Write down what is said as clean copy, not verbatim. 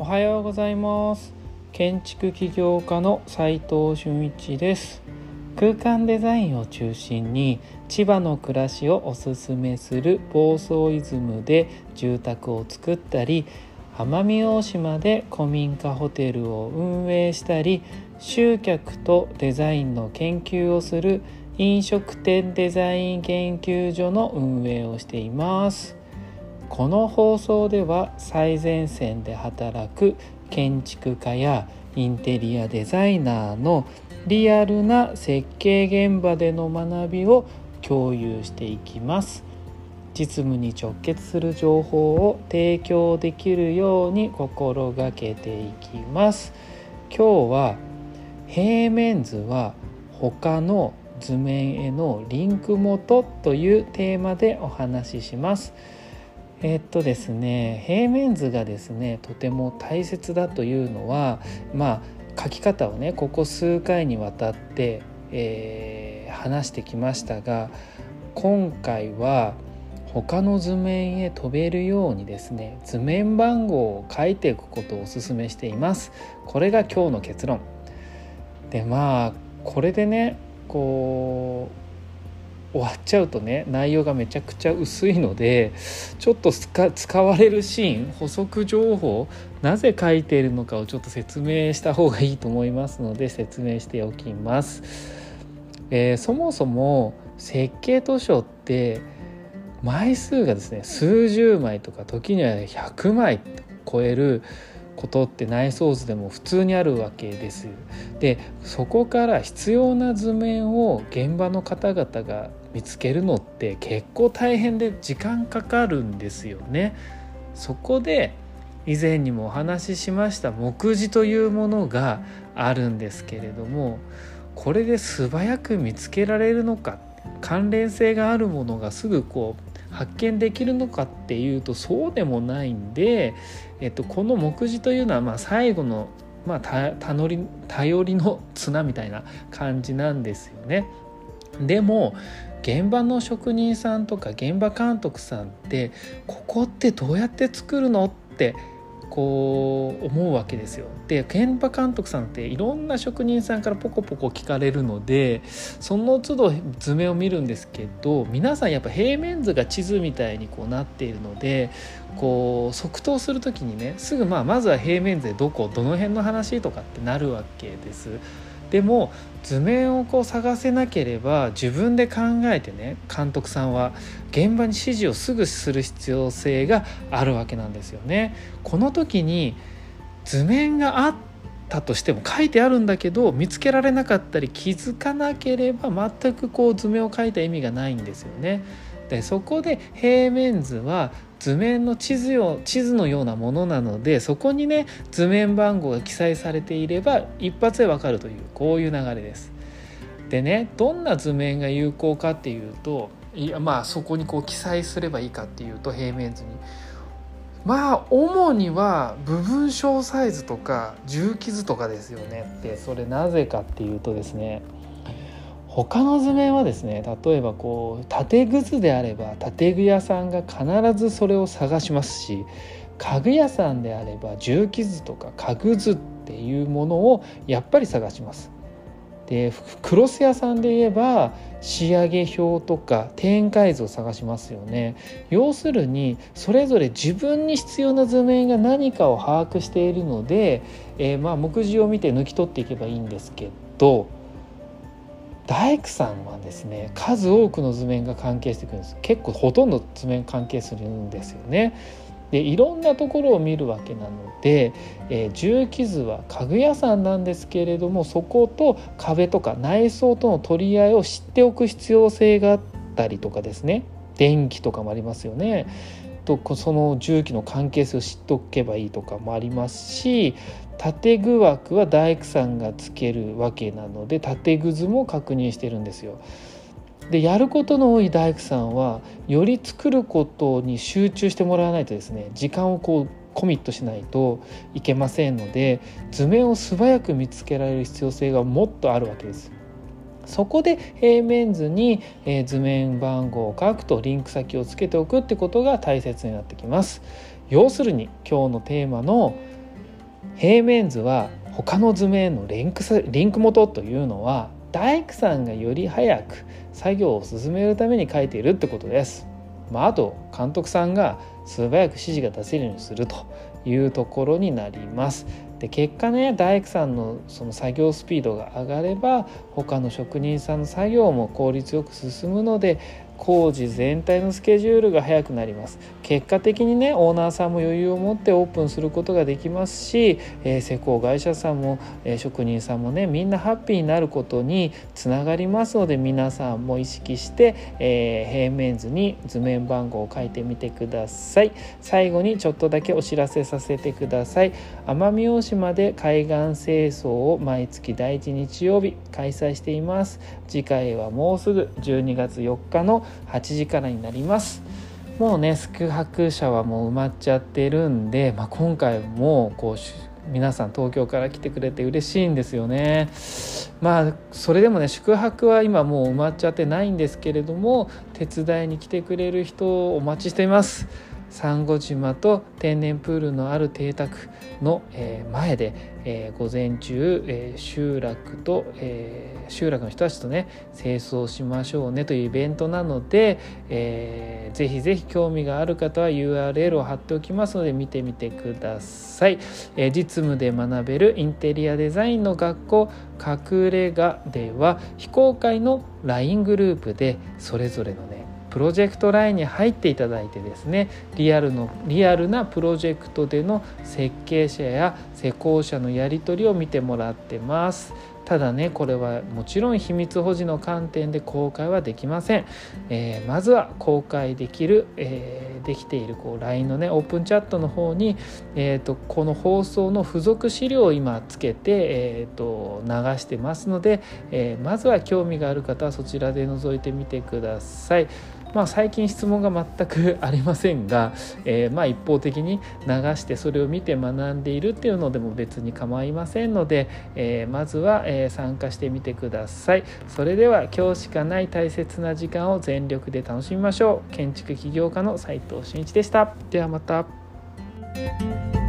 おはようございます。建築起業家の斉藤俊一です。空間デザインを中心に千葉の暮らしをおすすめする房総イズムで住宅を作ったり、奄美大島で古民家ホテルを運営したり、集客とデザインの研究をする飲食店デザイン研究所の運営をしています。この放送では最前線で働く建築家やインテリアデザイナーのリアルな設計現場での学びを共有していきます。実務に直結する情報を提供できるように心がけていきます。今日は平面図は他の図面へのリンク元というテーマでお話しします。ですね、平面図がですねとても大切だというのは、書き方をねここ数回にわたって、話してきましたが、今回は他の図面へ飛べるようにですね図面番号を書いていくことをお勧めしています。これが今日の結論で、これでね終わっちゃうとね内容がめちゃくちゃ薄いので、ちょっと使われるシーン、補足情報、なぜ書いているのかをちょっと説明した方がいいと思いますので説明しておきます。そもそも設計図書って枚数がですね数十枚とか時には100枚超えることって内装図でも普通にあるわけです。で、そこから必要な図面を現場の方々が見つけるのって結構大変で時間かかるんですよね。そこで以前にもお話ししました目次というものがあるんですけれども、これで素早く見つけられるのか、関連性があるものがすぐ発見できるのかっていうとそうでもないんで、この目次というのは最後の、頼りの綱みたいな感じなんですよね。でも現場の職人さんとか現場監督さんってここってどうやって作るのって思うわけですよ。で、現場監督さんっていろんな職人さんからポコポコ聞かれるので、その都度図面を見るんですけど、皆さんやっぱ平面図が地図みたいになっているので、即答する時にねすぐまずは平面図でどの辺の話とかってなるわけです。でも図面を探せなければ自分で考えてね、監督さんは現場に指示をすぐする必要性があるわけなんですよね。この時に図面があったとしても書いてあるんだけど見つけられなかったり気づかなければ全く図面を書いた意味がないんですよね。で、そこで平面図は図面の地図のようなものなので、そこにね図面番号が記載されていれば一発でわかるというこういう流れです。でね、どんな図面が有効かっていうと、そこに記載すればいいかっていうと、平面図に主には部分小サイズとか重機図とかですよね。で、それなぜかっていうとですね、他の図面はですね、例えば建具図であれば建具屋さんが必ずそれを探しますし、家具屋さんであれば重機図とか家具図っていうものをやっぱり探します。で、クロス屋さんで言えば仕上げ表とか展開図を探しますよね。要するにそれぞれ自分に必要な図面が何かを把握しているので、目次を見て抜き取っていけばいいんですけど、大工さんはですね数多くの図面が関係してくるんです。結構ほとんど図面関係するんですよね。で、いろんなところを見るわけなので、重機図は家具屋さんなんですけれども、そこと壁とか内装との取り合いを知っておく必要性があったりとかですね、電気とかもありますよね。その重機の関係性を知っておけばいいとかもありますし、建具枠は大工さんがつけるわけなので建具図も確認してるんですよ。で、やることの多い大工さんはより作ることに集中してもらわないとですね、時間をコミットしないといけませんので、図面を素早く見つけられる必要性がもっとあるわけです。そこで平面図に図面番号を書くとリンク先をつけておくってことが大切になってきます。要するに今日のテーマの平面図は他の図面のリンク元というのは大工さんがより早く作業を進めるために書いているってことです。あと監督さんが素早く指示が出せるようにするというところになります。で結果ね、大工さんのその作業スピードが上がれば他の職人さんの作業も効率よく進むので工事全体のスケジュールが早くなります。結果的にね、オーナーさんも余裕を持ってオープンすることができますし、施工会社さんも、職人さんもね、みんなハッピーになることにつながりますので、皆さんも意識して、平面図に図面番号を書いてみてください。最後にちょっとだけお知らせさせてください。奄美大島で海岸清掃を毎月第1日曜日開催しています。次回はもうすぐ12月4日の8時からになります。もうね、宿泊者はもう埋まっちゃってるんで、今回も皆さん東京から来てくれて嬉しいんですよね。それでもね、宿泊は今もう埋まっちゃってないんですけれども、手伝いに来てくれる人をお待ちしています。サンゴ島と天然プールのある邸宅の前で午前中集落の人たちとね清掃しましょうねというイベントなので、ぜひぜひ興味がある方は URL を貼っておきますので見てみてください。実務で学べるインテリアデザインの学校隠れ家では非公開の LINE グループでそれぞれのねプロジェクトラインに入っていただいてですね、リアルなプロジェクトでの設計者や施工者のやり取りを見てもらってます。ただね、これはもちろん秘密保持の観点で公開はできません。まずは公開できる、できているLINE のねオープンチャットの方に、この放送の付属資料を今つけて、流してますので、まずは興味がある方はそちらで覗いてみてください。最近質問が全くありませんが、一方的に流してそれを見て学んでいるっていうのでも別に構いませんので、まずは、参加してみてください。それでは今日しかない大切な時間を全力で楽しみましょう。建築起業家の斉藤真一でした。ではまた。